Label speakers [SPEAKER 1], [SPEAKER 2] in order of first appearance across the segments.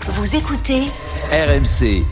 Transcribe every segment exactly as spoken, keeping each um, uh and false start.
[SPEAKER 1] Vous écoutez
[SPEAKER 2] R M C.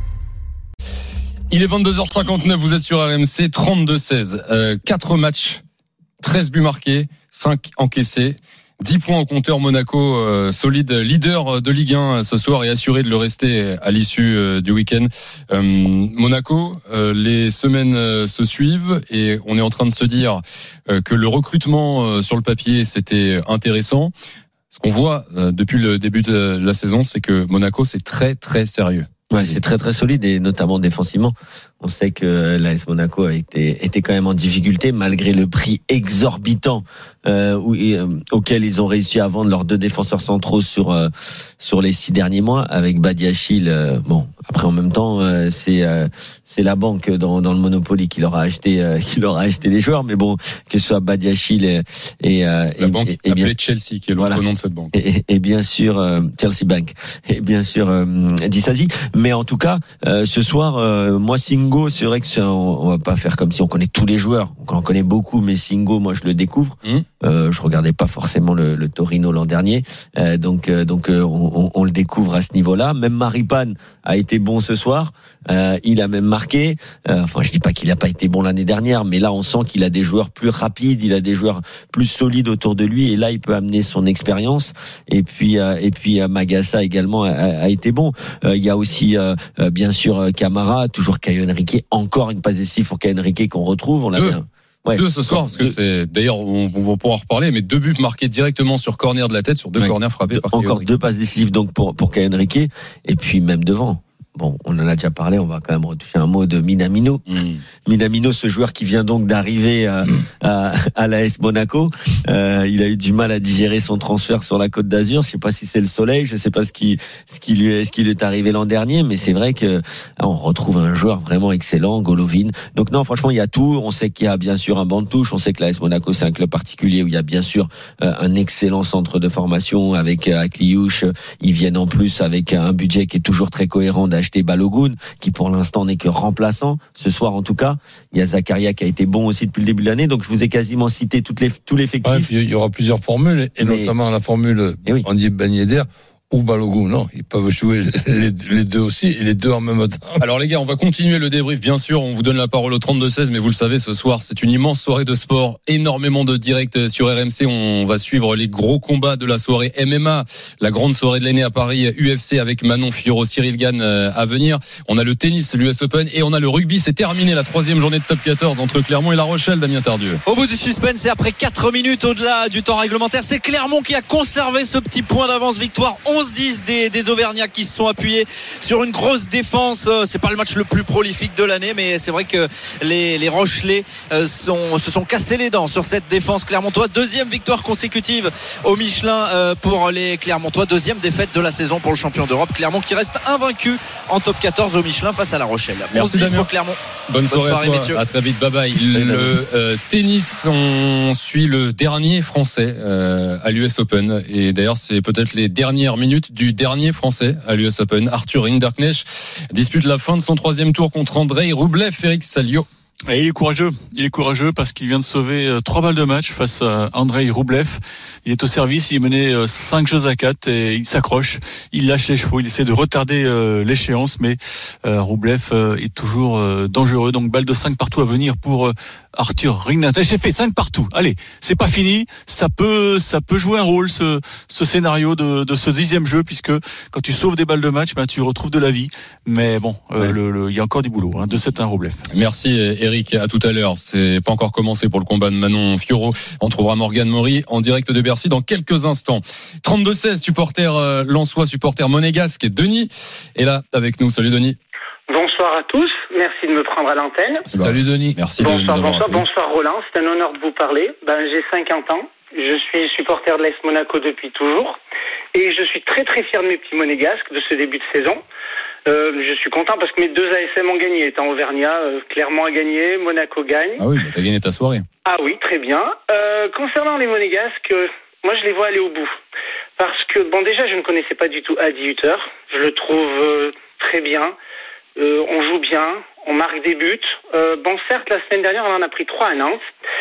[SPEAKER 3] Il est vingt-deux heures cinquante-neuf, vous êtes sur R M C, trente-deux seize. Euh, quatre matchs, treize buts marqués, cinq encaissés. dix points au compteur. Monaco, euh, solide leader de Ligue un ce soir et assuré de le rester à l'issue euh, du week-end. Euh, Monaco, euh, les semaines euh, se suivent et on est en train de se dire euh, que le recrutement euh, sur le papier, c'était intéressant. Ce qu'on voit euh, depuis le début de la saison, c'est que Monaco, c'est très très sérieux.
[SPEAKER 4] Ouais, c'est très très solide et notamment défensivement. On sait que l'A S Monaco a été, était quand même en difficulté malgré le prix exorbitant euh, où, euh, auquel ils ont réussi à vendre leurs deux défenseurs centraux sur euh, sur les six derniers mois avec Badiachil. Euh, bon, après en même temps, euh, c'est euh, c'est la banque dans dans le Monopoly qui leur a acheté euh, qui leur a acheté des joueurs. Mais bon, que ce soit Badiachil et et euh,
[SPEAKER 3] la
[SPEAKER 4] et,
[SPEAKER 3] banque
[SPEAKER 4] et, et
[SPEAKER 3] appelée
[SPEAKER 4] bien,
[SPEAKER 3] Chelsea, qui est l'autre
[SPEAKER 4] voilà.
[SPEAKER 3] nom de cette banque.
[SPEAKER 4] Et, et bien sûr euh, Chelsea Bank et bien sûr euh, Disasi. Mais en tout cas, euh, ce soir, euh, moi Singo, c'est vrai que c'est un, on va pas faire comme si on connaît tous les joueurs, on en connaît beaucoup, mais Singo, moi je le découvre. Mmh. Euh, je regardais pas forcément le, le Torino l'an dernier, euh, donc euh, donc euh, on, on le découvre à ce niveau-là. Même Maripane a été bon ce soir, euh, il a même marqué. Euh, enfin, je dis pas qu'il a pas été bon l'année dernière, mais là on sent qu'il a des joueurs plus rapides, il a des joueurs plus solides autour de lui, et là il peut amener son expérience. Et puis euh, et puis euh, Magassa également a, a été bon. Euh, il y a aussi euh, euh, bien sûr Camara, toujours Caio Henrique, encore une passe décisive pour Caio Henrique qu'on retrouve. On l'a bien.
[SPEAKER 3] Ouais. Deux ce soir, parce que deux. c'est d'ailleurs on, on va pouvoir en reparler, mais deux buts marqués directement sur corner de la tête, sur deux ouais. corners frappés par
[SPEAKER 4] encore deux passes décisives donc pour pour Caio Henrique, et puis même devant. Bon, on en a déjà parlé, on va quand même retoucher un mot de Minamino. Mmh. Minamino, ce joueur qui vient donc d'arriver à, mmh. à, à l'A S Monaco. Euh, il a eu du mal à digérer son transfert sur la Côte d'Azur. Je sais pas si c'est le soleil, je sais pas ce qui, ce qui lui est, ce qui lui est arrivé l'an dernier, mais c'est vrai que on retrouve un joueur vraiment excellent, Golovin. Donc non, franchement, il y a tout. On sait qu'il y a bien sûr un banc de touche. On sait que l'A S Monaco, c'est un club particulier où il y a bien sûr euh, un excellent centre de formation avec euh, Akliouche. Ils viennent en plus avec un budget qui est toujours très cohérent d'acheter Balogun, qui pour l'instant n'est que remplaçant. Ce soir, en tout cas, il y a Zakaria qui a été bon aussi depuis le début de l'année. Donc, je vous ai quasiment cité toutes les, tout l'effectif.
[SPEAKER 5] Ouais, il y aura plusieurs formules, et Mais... notamment la formule, oui. on dit Ben Yedder ou Balogun. Non, ils peuvent jouer les, les deux aussi, et les deux en même temps.
[SPEAKER 3] Alors les gars, on va continuer le débrief, bien sûr. On vous donne la parole au trente-deux seize, mais vous le savez, ce soir, c'est une immense soirée de sport. Énormément de directs sur R M C. On va suivre les gros combats de la soirée M M A, la grande soirée de l'année à Paris, U F C avec Manon Fiorot, Cyril Gane à venir. On a le tennis, l'U S Open, et on a le rugby. C'est terminé la troisième journée de top quatorze entre Clermont et La Rochelle, Damien Tardieu.
[SPEAKER 6] Au bout du suspense, et après quatre minutes au-delà du temps réglementaire, c'est Clermont qui a conservé ce petit point d'avance. Victoire onze dix des, des Auvergnats qui se sont appuyés sur une grosse défense. C'est pas le match le plus prolifique de l'année, mais c'est vrai que les, les Rochelais sont, se sont cassés les dents sur cette défense clermontoise. Deuxième victoire consécutive au Michelin pour les Clermontois. Deuxième défaite de la saison pour le champion d'Europe. Clermont qui reste invaincu en top quatorze au Michelin face à La Rochelle.
[SPEAKER 3] Merci Damien.
[SPEAKER 6] Pour Clermont.
[SPEAKER 3] Bonne, Bonne soirée, soirée à toi. Messieurs. À très vite. Bye bye. Le euh, tennis, on suit le dernier Français euh, à l'U S Open. Et d'ailleurs, c'est peut-être les dernières minutes du dernier Français à l'U S Open. Arthur Rinderknecht dispute la fin de son troisième tour contre Andrei Rublev. Eric Salio.
[SPEAKER 7] Et il est courageux, il est courageux parce qu'il vient de sauver euh, trois balles de match face à Andrei Rublev. Il est au service, il menait euh, cinq jeux à quatre et il s'accroche, il lâche les chevaux, il essaie de retarder euh, l'échéance, mais euh, Rublev euh, est toujours euh, dangereux. Donc balle de cinq partout à venir pour euh, Arthur Rinderknecht. J'ai fait cinq partout. Allez, c'est pas fini, ça peut ça peut jouer un rôle ce ce scénario de de ce dixième jeu, puisque quand tu sauves des balles de match, ben tu retrouves de la vie. Mais bon, euh, ouais. le, le, il y a encore du boulot, hein, deux sept un Rublev.
[SPEAKER 3] Merci Eric, à tout à l'heure. C'est pas encore commencé pour le combat de Manon Fiorot. On trouvera Morgane Maury en direct de Bercy dans quelques instants. trente-deux seize, supporter euh, lensois, supporter monégasque, et Denis est là avec nous. Salut Denis.
[SPEAKER 8] Bonsoir à tous, merci de me prendre à l'antenne.
[SPEAKER 3] Salut Denis, merci
[SPEAKER 8] bonsoir,
[SPEAKER 3] de nous avoir
[SPEAKER 8] bonsoir,
[SPEAKER 3] appelé.
[SPEAKER 8] bonsoir Roland, c'est un honneur de vous parler. Ben, j'ai cinquante ans, je suis supporter de l'A S Monaco depuis toujours et je suis très très fier de mes petits monégasques de ce début de saison. Euh, je suis content parce que mes deux A S M ont gagné, étant Auvergnat, euh, Clermont a gagné, Monaco gagne.
[SPEAKER 3] Ah oui, bah t'as gagné ta soirée.
[SPEAKER 8] Ah oui, très bien. Euh, concernant les monégasques, euh, moi je les vois aller au bout. Parce que, bon déjà je ne connaissais pas du tout Adi Hutter, je le trouve euh, très bien. Euh, on joue bien, on marque des buts. Euh, bon, certes, la semaine dernière, on en a pris trois à Nantes.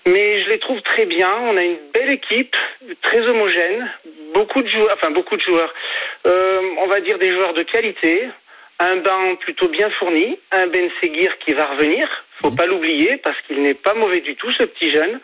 [SPEAKER 8] Mais je les trouve très bien. On a une belle équipe, très homogène, beaucoup de joueurs, enfin beaucoup de joueurs. Euh, on va dire des joueurs de qualité, un banc plutôt bien fourni, un Ben Seguir qui va revenir. Faut pas l'oublier parce qu'il n'est pas mauvais du tout, ce petit jeune.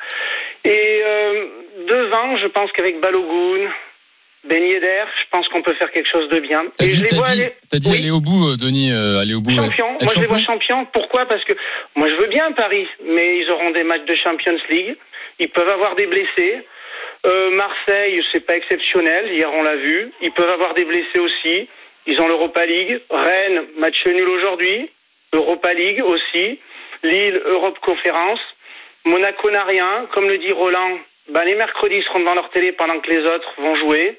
[SPEAKER 8] Et euh, devant, je pense qu'avec Balogun, Ben Yedder, je pense qu'on peut faire quelque chose de bien.
[SPEAKER 3] T'as
[SPEAKER 8] et
[SPEAKER 3] dit,
[SPEAKER 8] je les
[SPEAKER 3] t'as
[SPEAKER 8] vois
[SPEAKER 3] dit,
[SPEAKER 8] aller.
[SPEAKER 3] t'as dit
[SPEAKER 8] Oui.
[SPEAKER 3] aller au bout, Denis, euh, aller au bout.
[SPEAKER 8] Champion.
[SPEAKER 3] Ouais.
[SPEAKER 8] Moi,
[SPEAKER 3] Être
[SPEAKER 8] je les vois
[SPEAKER 3] champion
[SPEAKER 8] champions. Pourquoi ? Parce que moi, je veux bien Paris, mais ils auront des matchs de Champions League. Ils peuvent avoir des blessés. Euh, Marseille, c'est pas exceptionnel. Hier, on l'a vu. Ils peuvent avoir des blessés aussi. Ils ont l'Europa League. Rennes, match nul aujourd'hui. Europa League aussi. Lille, Europe Conférence. Monaco n'a rien. Comme le dit Roland, ben, les mercredis, ils seront devant leur télé pendant que les autres vont jouer.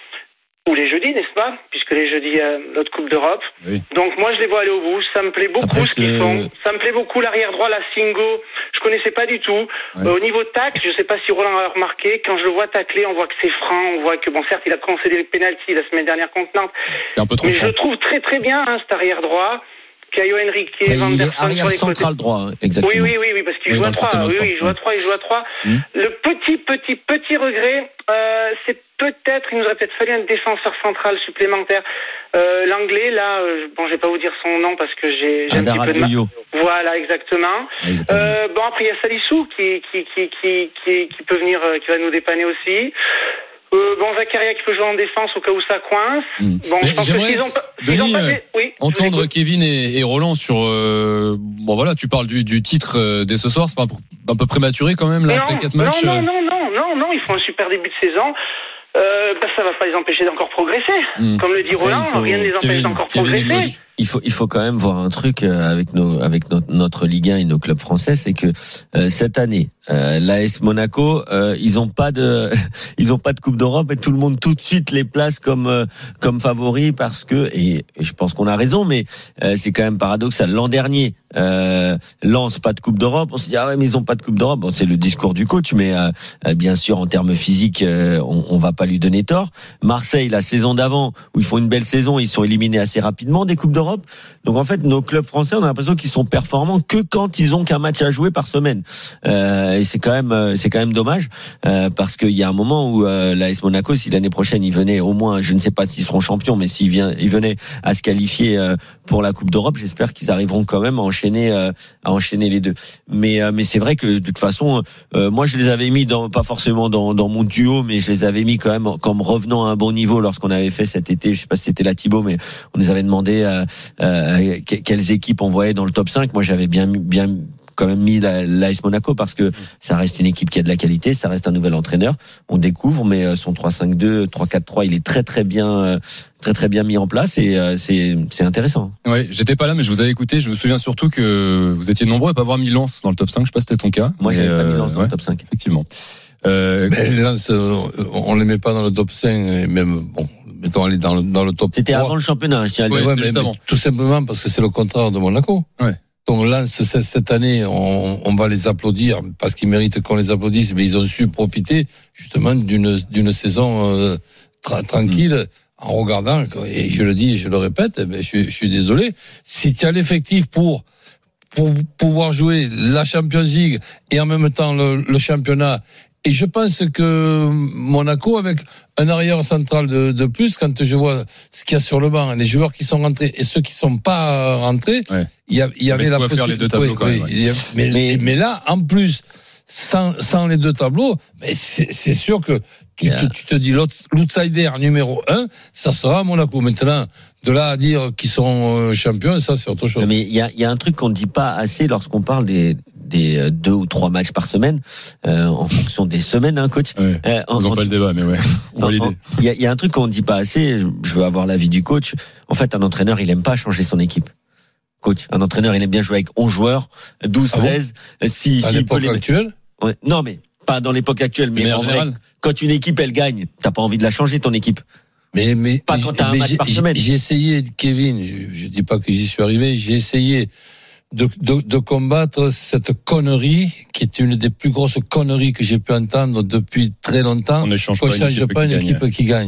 [SPEAKER 8] Ou les jeudis, n'est-ce pas ? Puisque les jeudis, il y a l'autre Coupe d'Europe.
[SPEAKER 3] Oui.
[SPEAKER 8] Donc moi, je les vois aller au bout. Ça me plaît beaucoup
[SPEAKER 4] Après,
[SPEAKER 8] ce qu'ils
[SPEAKER 4] c'est-
[SPEAKER 8] font. Ça me plaît beaucoup l'arrière droit, la Singo. Je connaissais pas du tout.
[SPEAKER 3] Ouais.
[SPEAKER 8] Euh, au niveau tacle, je sais pas si Roland a remarqué. Quand je le vois tacler, on voit que c'est franc. On voit que, bon, certes, il a concédé le penalty la semaine dernière contre Nantes.
[SPEAKER 3] C'était un peu trop
[SPEAKER 8] Mais je
[SPEAKER 3] franc.
[SPEAKER 8] le trouve très très bien, hein, cet arrière droit. Caio Henrique,
[SPEAKER 4] Et
[SPEAKER 8] Van
[SPEAKER 4] il
[SPEAKER 8] der
[SPEAKER 4] est
[SPEAKER 8] Sar
[SPEAKER 4] arrière
[SPEAKER 8] sur les côtés.
[SPEAKER 4] central droit, hein, exactement.
[SPEAKER 8] Oui, oui, oui, oui, parce qu'il
[SPEAKER 3] Oui,
[SPEAKER 8] joue
[SPEAKER 3] dans
[SPEAKER 8] à
[SPEAKER 3] le
[SPEAKER 8] trois.
[SPEAKER 3] système à
[SPEAKER 8] Oui,
[SPEAKER 3] trois.
[SPEAKER 8] oui, il joue à
[SPEAKER 3] Ouais.
[SPEAKER 8] trois, il joue à trois.
[SPEAKER 3] Mmh.
[SPEAKER 8] Le petit, petit, petit regret, euh, c'est peut-être, il nous aurait peut-être fallu un défenseur central supplémentaire. Euh, l'anglais, là, euh, bon, je vais pas vous dire son nom parce que j'ai, j'ai un
[SPEAKER 4] Adara
[SPEAKER 8] petit peu de mal.
[SPEAKER 4] Gueyo.
[SPEAKER 8] Voilà, exactement.
[SPEAKER 3] Ah, il est pas
[SPEAKER 8] Euh, bon, après, il y a Salissou qui, qui, qui, qui, qui, qui peut venir, euh, qui va nous dépanner aussi. Euh, bon, Zakaria qui peut jouer en défense au cas où ça coince.
[SPEAKER 3] Mmh.
[SPEAKER 8] Bon,
[SPEAKER 3] Mais
[SPEAKER 8] je pense que
[SPEAKER 3] j'aimerais,
[SPEAKER 8] s'ils ont pas, s'ils
[SPEAKER 3] Denis,
[SPEAKER 8] ont pas
[SPEAKER 3] euh,
[SPEAKER 8] des- oui, je vous
[SPEAKER 3] entendre
[SPEAKER 8] écoute.
[SPEAKER 3] Kevin et, et Roland sur euh, bon voilà, tu parles du, du titre euh, dès ce soir, c'est pas un, peu- un peu prématuré quand même là
[SPEAKER 8] non,
[SPEAKER 3] après quatre matchs.
[SPEAKER 8] non,
[SPEAKER 3] euh,
[SPEAKER 8] non, non, non, non, ils font un super début de saison. Euh, bah, ça va pas les empêcher d'encore progresser.
[SPEAKER 3] Mm.
[SPEAKER 8] Comme le dit
[SPEAKER 4] Après,
[SPEAKER 8] Roland,
[SPEAKER 4] il faut-
[SPEAKER 8] rien ne les empêche
[SPEAKER 3] Kevin,
[SPEAKER 8] d'encore
[SPEAKER 3] Kevin et
[SPEAKER 8] progresser.
[SPEAKER 3] Lodge.
[SPEAKER 4] Il faut, il faut quand même voir un truc euh, avec nos, avec notre, notre Ligue un et nos clubs français, c'est que euh, cette année, euh, l'A S Monaco, euh, ils ont pas de, ils ont pas de Coupe d'Europe et tout le monde tout de suite les place comme euh, comme favoris parce que et, et je pense qu'on a raison, mais euh, c'est quand même paradoxal. L'an dernier, euh, Lens pas de Coupe d'Europe, on se dit ah ouais mais ils ont pas de Coupe d'Europe. Bon, c'est le discours du coach, mais euh, euh, bien sûr en termes physiques, euh, on, on va pas lui donner tort. Marseille, la saison d'avant où ils font une belle saison, ils sont éliminés assez rapidement des Coupes d'Europe. Donc en fait, nos clubs français, on a l'impression qu'ils sont performants que quand ils ont qu'un match à jouer par semaine. Euh, et c'est quand même, c'est quand même dommage euh, parce qu'il y a un moment où euh, l'A S Monaco, si l'année prochaine ils venaient au moins, je ne sais pas s'ils seront champions, mais s'ils viennent, ils venaient à se qualifier euh, pour la Coupe d'Europe, j'espère qu'ils arriveront quand même à enchaîner, euh, à enchaîner les deux. Mais euh, mais c'est vrai que de toute façon, euh, moi je les avais mis dans, pas forcément dans, dans mon duo, mais je les avais mis quand même comme revenant à un bon niveau lorsqu'on avait fait cet été. Je sais pas si c'était la Thibaut, mais on les avait demandé euh, euh, quelles équipes on voyait dans le top cinq. Moi, j'avais bien, bien quand même mis l'A S Monaco parce que ça reste une équipe qui a de la qualité, ça reste un nouvel entraîneur. On découvre, mais son trois cinq deux, trois quatre trois, il est très très bien, très très bien mis en place et c'est c'est intéressant.
[SPEAKER 3] Ouais, j'étais pas là, mais je vous avais écouté. Je me souviens surtout que vous étiez nombreux à pas avoir mis Lens dans le top cinq. Je sais pas si c'était ton cas.
[SPEAKER 4] Moi, j'avais
[SPEAKER 3] mais,
[SPEAKER 4] pas mis
[SPEAKER 3] euh,
[SPEAKER 4] Lens dans
[SPEAKER 3] ouais,
[SPEAKER 4] le top cinq.
[SPEAKER 3] Effectivement. Euh,
[SPEAKER 5] Mais Lens, on les met pas dans le top cinq, et même, bon, mettons, aller dans le, dans le top
[SPEAKER 4] C'était
[SPEAKER 5] trois.
[SPEAKER 4] avant le championnat, je tiens à le
[SPEAKER 3] Ouais,
[SPEAKER 4] dire.
[SPEAKER 5] Ouais,
[SPEAKER 3] c'était
[SPEAKER 5] mais,
[SPEAKER 3] juste
[SPEAKER 5] mais
[SPEAKER 3] avant.
[SPEAKER 5] tout simplement parce que c'est le contraire de Monaco.
[SPEAKER 3] Ouais.
[SPEAKER 5] Donc Lens, cette cette année, on, on va les applaudir parce qu'ils méritent qu'on les applaudisse, mais ils ont su profiter justement d'une d'une saison euh, tra- tranquille en regardant. Et je le dis et je le répète, mais je, je suis désolé. Si tu as l'effectif pour pour pouvoir jouer la Champions League et en même temps le, le championnat. Et je pense que Monaco, avec un arrière central de, de plus, quand je vois ce qu'il y a sur le banc, les joueurs qui sont rentrés et ceux qui sont pas rentrés,
[SPEAKER 3] Ouais.
[SPEAKER 5] il y, a, il y avait
[SPEAKER 3] Avec
[SPEAKER 5] la
[SPEAKER 3] quoi faire les deux tableaux,
[SPEAKER 5] oui,
[SPEAKER 3] quand même,
[SPEAKER 5] oui,
[SPEAKER 3] ouais.
[SPEAKER 5] il y a- mais,
[SPEAKER 4] Mais-
[SPEAKER 5] mais là, en plus, sans, sans les deux tableaux, mais c'est, c'est sûr que tu,
[SPEAKER 4] Yeah.
[SPEAKER 5] te, tu te dis l'outs- l'outsider numéro un, ça sera Monaco. Maintenant, de là à dire qu'ils sont euh, champions, ça c'est autre chose.
[SPEAKER 4] Non, mais il y a, il y a un truc qu'on ne dit pas assez lorsqu'on parle des, des euh, deux ou trois matchs par semaine, euh, en fonction des semaines, hein, coach.
[SPEAKER 3] ouais.
[SPEAKER 4] Euh, en-
[SPEAKER 3] On
[SPEAKER 4] en-
[SPEAKER 3] n'a pas le débat, mais ouais. On va
[SPEAKER 4] En-
[SPEAKER 3] l'aider.
[SPEAKER 4] en- Il y a, il y a un truc qu'on ne dit pas assez, je, je veux avoir l'avis du coach. En fait, un entraîneur, il aime pas changer son équipe. Coach, un entraîneur, il aime bien jouer avec onze joueurs, douze,
[SPEAKER 5] Ah bon
[SPEAKER 4] treize, si,
[SPEAKER 5] À
[SPEAKER 4] si il peut
[SPEAKER 5] l'époque
[SPEAKER 4] les...
[SPEAKER 5] actuelle,
[SPEAKER 4] Ouais. Non, mais pas dans l'époque actuelle, mais
[SPEAKER 3] Mais
[SPEAKER 4] en
[SPEAKER 3] en
[SPEAKER 4] vrai,
[SPEAKER 3] général.
[SPEAKER 4] quand une équipe, elle gagne, t'as pas envie de la changer, ton équipe.
[SPEAKER 5] mais mais
[SPEAKER 4] Pas
[SPEAKER 5] mais
[SPEAKER 4] quand
[SPEAKER 5] j'ai-
[SPEAKER 4] t'as un
[SPEAKER 5] mais
[SPEAKER 4] match
[SPEAKER 5] j'ai-
[SPEAKER 4] par
[SPEAKER 5] j'ai-
[SPEAKER 4] semaine.
[SPEAKER 5] J'ai essayé, Kevin. Je, je dis pas que j'y suis arrivé. J'ai essayé de, de de combattre cette connerie qui est une des plus grosses conneries que j'ai pu entendre depuis très longtemps.
[SPEAKER 3] On ne change
[SPEAKER 5] Qu'on
[SPEAKER 3] pas une
[SPEAKER 5] change
[SPEAKER 3] équipe
[SPEAKER 5] pas
[SPEAKER 3] qui
[SPEAKER 5] une
[SPEAKER 3] gagne.
[SPEAKER 5] équipe qui gagne.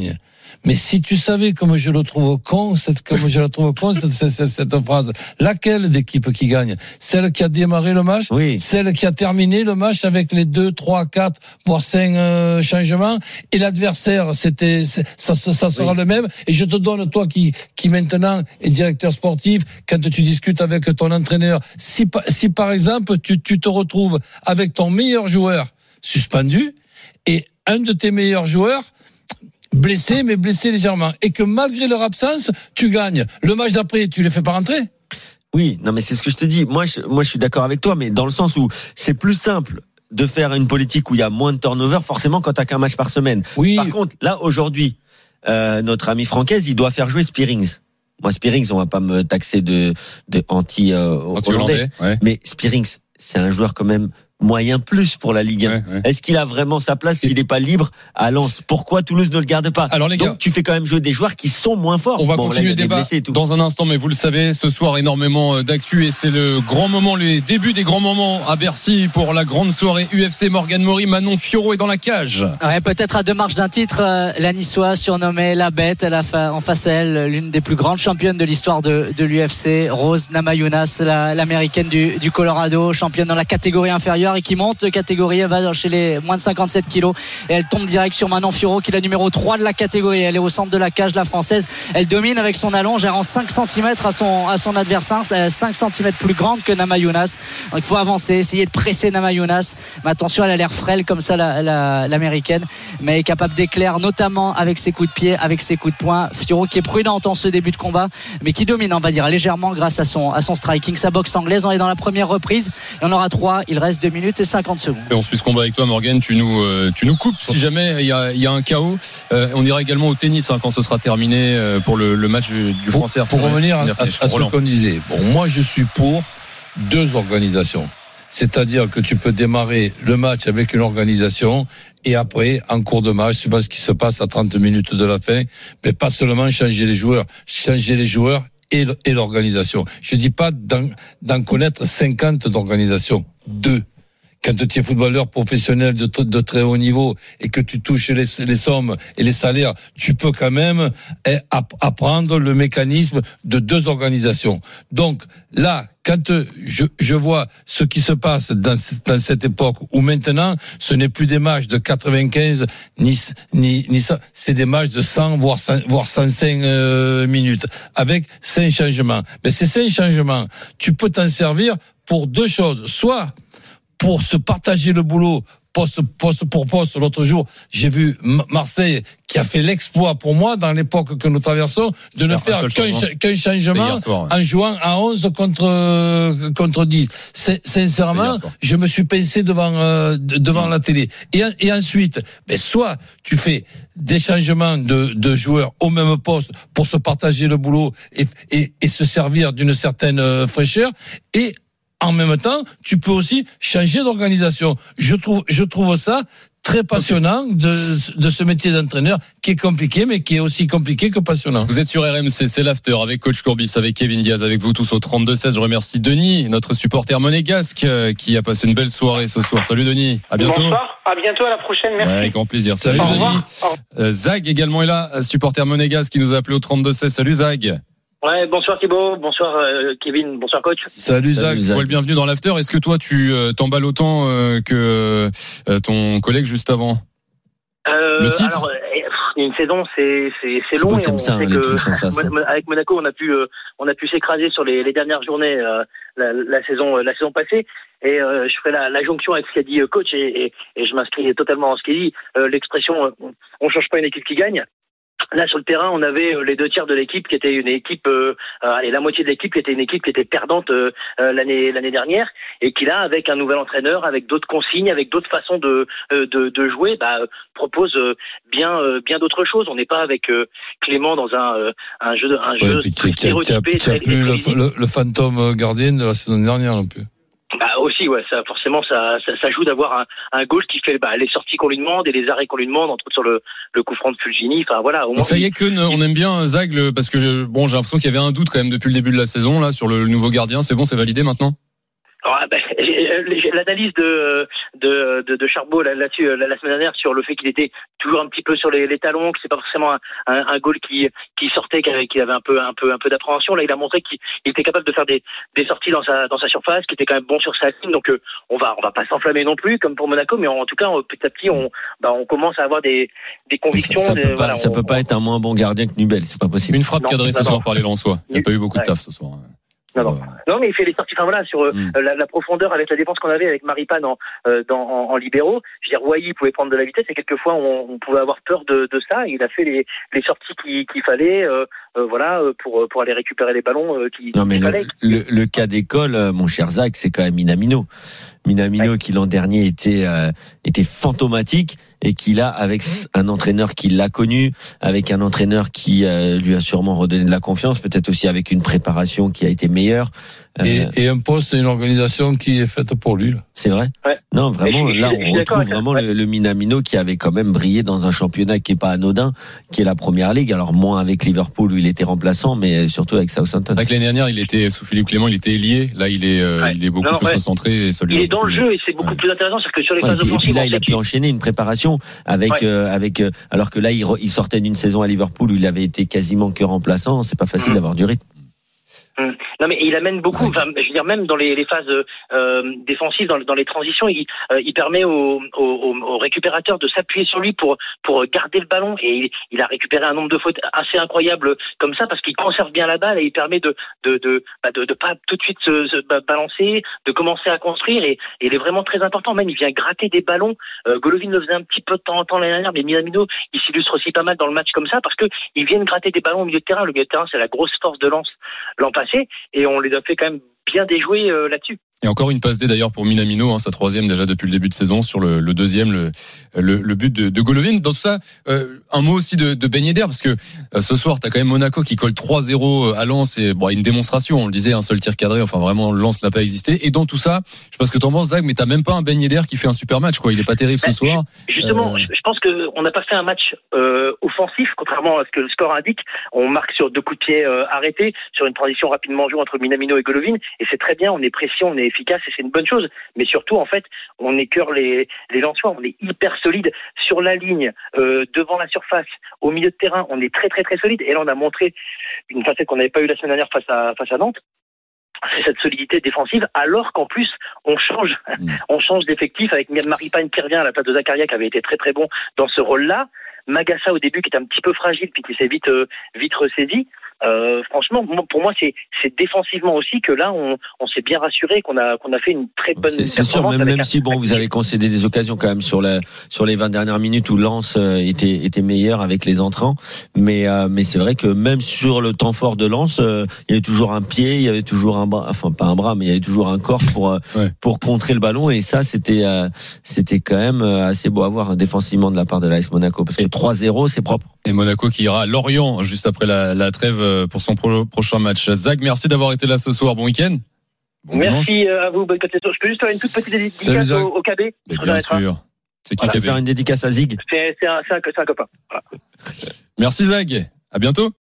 [SPEAKER 5] Mais si tu savais comme je le trouve con, cette, comme je la trouve con, cette, cette, cette, cette phrase. Laquelle d'équipe qui gagne? Celle qui a démarré le match?
[SPEAKER 4] Oui.
[SPEAKER 5] Celle qui a terminé le match avec les deux, trois, quatre, voire cinq euh, changements? Et l'adversaire, c'était, ça, ça sera oui. le même. Et je te donne, toi qui, qui maintenant est directeur sportif, quand tu discutes avec ton entraîneur, si, si par exemple, tu, tu te retrouves avec ton meilleur joueur suspendu et un de tes meilleurs joueurs blessé, mais blessé légèrement, et que malgré leur absence, tu gagnes. Le match d'après, tu les fais pas rentrer?
[SPEAKER 4] Oui, non mais c'est ce que je te dis. Moi, je, moi, je suis d'accord avec toi, mais dans le sens où c'est plus simple de faire une politique où il y a moins de turnover, forcément, quand t'as qu'un match par semaine.
[SPEAKER 5] Oui.
[SPEAKER 4] Par contre, là, aujourd'hui, euh, notre ami Francaise, il doit faire jouer Spearings. Moi, Spearings, on va pas me taxer de, de anti, euh, hollandais. Ouais. Mais Spearings, c'est un joueur quand même moyen plus pour la Ligue un. Ouais, ouais. Est-ce qu'il a vraiment sa place s'il n'est pas libre à Lens? Pourquoi Toulouse ne le garde pas?
[SPEAKER 3] Alors les gars,
[SPEAKER 4] donc tu fais quand même jouer des joueurs qui sont moins forts.
[SPEAKER 3] On va bon, continuer le débat dans un instant, mais vous le savez, ce soir énormément d'actu et c'est le grand moment, les débuts des grands moments à Bercy pour la grande soirée U F C. Morgan Mori, Manon Fiorot est dans la cage.
[SPEAKER 1] Ouais, peut-être à deux marches d'un titre, euh, la Niçoise surnommée la Bête, elle a fa- en face à elle l'une des plus grandes championnes de l'histoire de, de l'U F C, Rose Namajunas, la, l'américaine du, du Colorado, championne dans la catégorie inférieure et qui monte de catégorie. Elle va chez les moins de cinquante-sept kilos et elle tombe direct sur Manon Fiorot qui est la numéro trois de la catégorie. Elle est au centre de la cage, la française. Elle domine avec son allonge, elle rend cinq centimètres à son, à son adversaire, cinq centimètres plus grande que Namajunas. Donc il faut avancer, essayer de presser Namajunas. Mais attention, elle a l'air frêle comme ça, la, la, l'américaine, mais elle est capable d'éclair, notamment avec ses coups de pied, avec ses coups de poing. Fiorot qui est prudente en ce début de combat, mais qui domine, on va dire, légèrement grâce à son, à son striking, sa boxe anglaise. On est dans la première reprise. Il y en aura trois. Il reste deux minutes et cinquante secondes.
[SPEAKER 3] Et on suit ce combat avec toi, Morgan. Tu nous, euh, tu nous coupes si jamais il y a, il y a un chaos. Euh, on ira également au tennis hein, quand ce sera terminé euh, pour le, le match du, du
[SPEAKER 5] pour,
[SPEAKER 3] Français.
[SPEAKER 5] Pour revenir à, à, à ce qu'on disait. Bon, moi, je suis pour deux organisations. C'est-à-dire que tu peux démarrer le match avec une organisation et après, en cours de match, suivant ce qui se passe à trente minutes de la fin, mais pas seulement changer les joueurs, changer les joueurs et, et l'organisation. Je dis pas d'en, d'en connaître cinquante d'organisations, deux. Quand tu es footballeur professionnel de, de très haut niveau et que tu touches les, les sommes et les salaires, tu peux quand même apprendre le mécanisme de deux organisations. Donc là, quand je, je vois ce qui se passe dans, dans cette époque où maintenant, ce n'est plus des matchs de quatre-vingt-quinze ni, ni, ni ça, c'est des matchs de cent voire cent, voire cent cinq euh, minutes avec cinq changements. Mais ces cinq changements, tu peux t'en servir pour deux choses. Soit pour se partager le boulot poste, poste pour poste. L'autre jour, j'ai vu Marseille qui a fait l'exploit pour moi dans l'époque que nous traversons de ne faire qu'un, qu'un changement soir, ouais. en jouant à onze contre, contre dix. C'est, sincèrement, je me suis pincé devant, euh, devant mmh. la télé. Et, et ensuite, ben, soit tu fais des changements de, de joueurs au même poste pour se partager le boulot et, et, et se servir d'une certaine fraîcheur et en même temps, tu peux aussi changer d'organisation. Je trouve, je trouve ça très passionnant de, de ce métier d'entraîneur qui est compliqué, mais qui est aussi compliqué que passionnant.
[SPEAKER 3] Vous êtes sur R M C, c'est l'after avec Coach Courbis, avec Kevin Diaz, avec vous tous au trente-deux seize. Je remercie Denis, notre supporter monégasque, qui a passé une belle soirée ce soir. Salut Denis, à bientôt.
[SPEAKER 8] Bonsoir, à bientôt, à la prochaine, merci.
[SPEAKER 3] Ouais, avec grand plaisir. Salut
[SPEAKER 8] Au
[SPEAKER 3] Denis.
[SPEAKER 8] revoir.
[SPEAKER 3] Euh, Zag également est là, supporter monégasque qui nous a appelé au trente-deux seize. Salut Zag.
[SPEAKER 2] Ouais, bonsoir Thibaut, bonsoir euh, Kevin, bonsoir coach.
[SPEAKER 3] Salut Zach, le bienvenue dans l'after. Est-ce que toi tu euh, t'emballes autant euh, que euh, ton collègue juste avant
[SPEAKER 2] euh, Le titre alors, euh, une saison c'est c'est c'est long et on ça, sait que ça, avec Monaco on a pu euh, on a pu s'écraser sur les, les dernières journées euh, la, la saison la saison passée et euh, je ferai la, la jonction avec ce qu'a dit coach et, et, et je m'inscris totalement en ce qu'il dit. Euh, l'expression euh, on change pas une équipe qui gagne. Là sur le terrain, on avait les deux tiers de l'équipe qui était une équipe, euh, allez, la moitié de l'équipe qui était une équipe qui était perdante euh, l'année l'année dernière et qui là, avec un nouvel entraîneur, avec d'autres consignes, avec d'autres façons de de, de jouer, bah, propose bien bien d'autres choses. On n'est pas avec euh, Clément dans un un jeu un
[SPEAKER 5] ouais,
[SPEAKER 2] jeu
[SPEAKER 5] stéréotypé. Tu n'as plus le, le, le fantôme gardien de la saison dernière non plus.
[SPEAKER 2] Bah aussi ouais, ça forcément ça ça, ça joue d'avoir un, un gauche qui fait bah, les sorties qu'on lui demande et les arrêts qu'on lui demande, entre autres sur le le coup franc de Fulgini. Enfin voilà. Au
[SPEAKER 3] Donc ça y est que on aime bien Zag le, parce que je, bon j'ai l'impression qu'il y avait un doute quand même depuis le début de la saison là sur le, le nouveau gardien. C'est bon, c'est validé maintenant.
[SPEAKER 2] Ah ben, l'analyse de de de, de Charbot là, là-dessus la, la semaine dernière sur le fait qu'il était toujours un petit peu sur les, les talons, que c'est pas forcément un, un, un goal qui qui sortait, qu'il avait, qu'il avait un peu un peu un peu d'appréhension. Là, il a montré qu'il était capable de faire des des sorties dans sa dans sa surface, qu'il était quand même bon sur sa ligne. Donc euh, on va on va pas s'enflammer non plus comme pour Monaco, mais en, en tout cas petit à petit on bah, on commence à avoir des des convictions.
[SPEAKER 4] Ça, ça
[SPEAKER 2] des,
[SPEAKER 4] peut pas
[SPEAKER 2] voilà,
[SPEAKER 4] ça
[SPEAKER 2] on,
[SPEAKER 4] peut pas être un moins bon gardien que Nubel, c'est pas possible.
[SPEAKER 3] Une frappe
[SPEAKER 2] non,
[SPEAKER 3] cadrée ce soir par les Lensois. Il n'y a pas eu beaucoup de taf ce soir.
[SPEAKER 2] Non, non. non, mais il fait les sorties. Enfin voilà, sur euh, mm. la, la profondeur avec la défense qu'on avait avec Maripane en, euh, dans, en, en libéraux. Je veux dire, Wai pouvait prendre de la vitesse et quelquefois on, on pouvait avoir peur de, de ça. Il a fait les, les sorties qu'il, qu'il fallait, euh, euh, voilà, pour pour aller récupérer les ballons euh, qu'il,
[SPEAKER 4] non, mais
[SPEAKER 2] qu'il
[SPEAKER 4] le,
[SPEAKER 2] fallait.
[SPEAKER 4] Le, le cas d'école, mon cher Zach, c'est quand même Minamino. Minamino ouais. qui l'an dernier était euh, était fantomatique et qui là avec un entraîneur qui l'a connu, avec un entraîneur qui euh, lui a sûrement redonné de la confiance, peut-être aussi avec une préparation qui a été meilleure
[SPEAKER 5] euh, et, et un poste et une organisation qui est faite pour lui. Là.
[SPEAKER 4] C'est vrai.
[SPEAKER 2] Ouais.
[SPEAKER 4] Non, vraiment, là on retrouve vraiment le, le Minamino qui avait quand même brillé dans un championnat qui est pas anodin, qui est la Première Ligue. Alors moins avec Liverpool où il était remplaçant, mais surtout avec Southampton.
[SPEAKER 3] Avec l'année dernière, il était sous Philippe Clément, il était ailier. Là, il est euh, ouais. il est beaucoup non, plus ouais. concentré. Et ça lui
[SPEAKER 2] il est dans le jeu et c'est beaucoup ouais. plus intéressant, c'est que sur les ouais, phases offensives.
[SPEAKER 4] Et puis là, il a pu enchaîner une préparation avec
[SPEAKER 2] ouais.
[SPEAKER 4] euh, avec euh, alors que là, il, re, il sortait d'une saison à Liverpool où il avait été quasiment que remplaçant. C'est pas facile mmh. d'avoir du rythme.
[SPEAKER 2] Non mais il amène beaucoup. Enfin, je veux dire même dans les, les phases euh, défensives, dans, dans les transitions, il, euh, il permet aux au, au, au récupérateurs de s'appuyer sur lui pour pour garder le ballon et il, il a récupéré un nombre de fautes assez incroyable comme ça parce qu'il conserve bien la balle et il permet de de de bah de, de pas tout de suite se, se balancer, de commencer à construire et, et il est vraiment très important. Même il vient gratter des ballons. Euh, Golovin le faisait un petit peu de temps en temps l'année dernière, mais Minamino il s'illustre aussi pas mal dans le match comme ça parce que ils viennent gratter des ballons au milieu de terrain. Le milieu de terrain c'est la grosse force de Lens l'an passé. Et on les a fait quand même bien déjouer euh, là-dessus.
[SPEAKER 3] Et encore une passe D d'ailleurs pour Minamino, hein, sa troisième déjà depuis le début de saison sur le, le deuxième, le, le, le but de, de Golovin. Dans tout ça, euh, un mot aussi de, de Ben Yedder parce que euh, ce soir t'as quand même Monaco qui colle trois zéro à Lens et bon une démonstration. On le disait, un seul tir cadré. Enfin vraiment, Lens n'a pas existé. Et dans tout ça, je sais pas ce que t'en penses, Zach, mais t'as même pas un Ben Yedder qui fait un super match, quoi. Il est pas terrible ce soir.
[SPEAKER 2] Justement, euh... je pense que on n'a pas fait un match euh, offensif, contrairement à ce que le score indique. On marque sur deux coups de pied euh, arrêtés, sur une transition rapidement jouée entre Minamino et Golovin, et c'est très bien. On est précis, on est efficace, et c'est une bonne chose, mais surtout en fait on écœure les les Lensois, on est hyper solide sur la ligne, euh, devant la surface, au milieu de terrain, on est très très très solide et là on a montré une facette qu'on n'avait pas eu la semaine dernière face à face à Nantes. C'est cette solidité défensive, alors qu'en plus on change, mmh. on change d'effectif avec Maripane qui revient à la place de Zakaria qui avait été très très bon dans ce rôle-là. Magassa au début qui était un petit peu fragile puis qui s'est vite euh, vite ressaisi. Euh, franchement, pour moi, c'est, c'est défensivement aussi que là, on, on s'est bien rassuré, qu'on a, qu'on a fait une très bonne
[SPEAKER 4] c'est, c'est sûr, même, même un... si bon, vous avez concédé des occasions quand même sur la, sur les vingt dernières minutes où Lens était, était meilleur avec les entrants. Mais, euh, mais c'est vrai que même sur le temps fort de Lens, euh, il y avait toujours un pied, il y avait toujours un bras, enfin pas un bras, mais il y avait toujours un corps pour, euh, ouais. pour contrer le ballon. Et ça, c'était, euh, c'était quand même assez beau à voir défensivement de la part de l'A S Monaco, parce que trois zéro, c'est propre.
[SPEAKER 3] Et Monaco qui ira à Lorient juste après la, la trêve pour son pro, prochain match. Zach, merci d'avoir été là ce soir. Bon week-end.
[SPEAKER 2] Bon merci dimanche. À vous. Bonne continuation. Je peux juste faire une toute petite dédicace au, au K B.
[SPEAKER 3] Mais bien sûr. C'est qui
[SPEAKER 2] voilà.
[SPEAKER 3] K B?
[SPEAKER 4] Faire une dédicace à Zig.
[SPEAKER 2] C'est, c'est, un, c'est, un, c'est un copain. Voilà.
[SPEAKER 3] Merci Zach. À bientôt.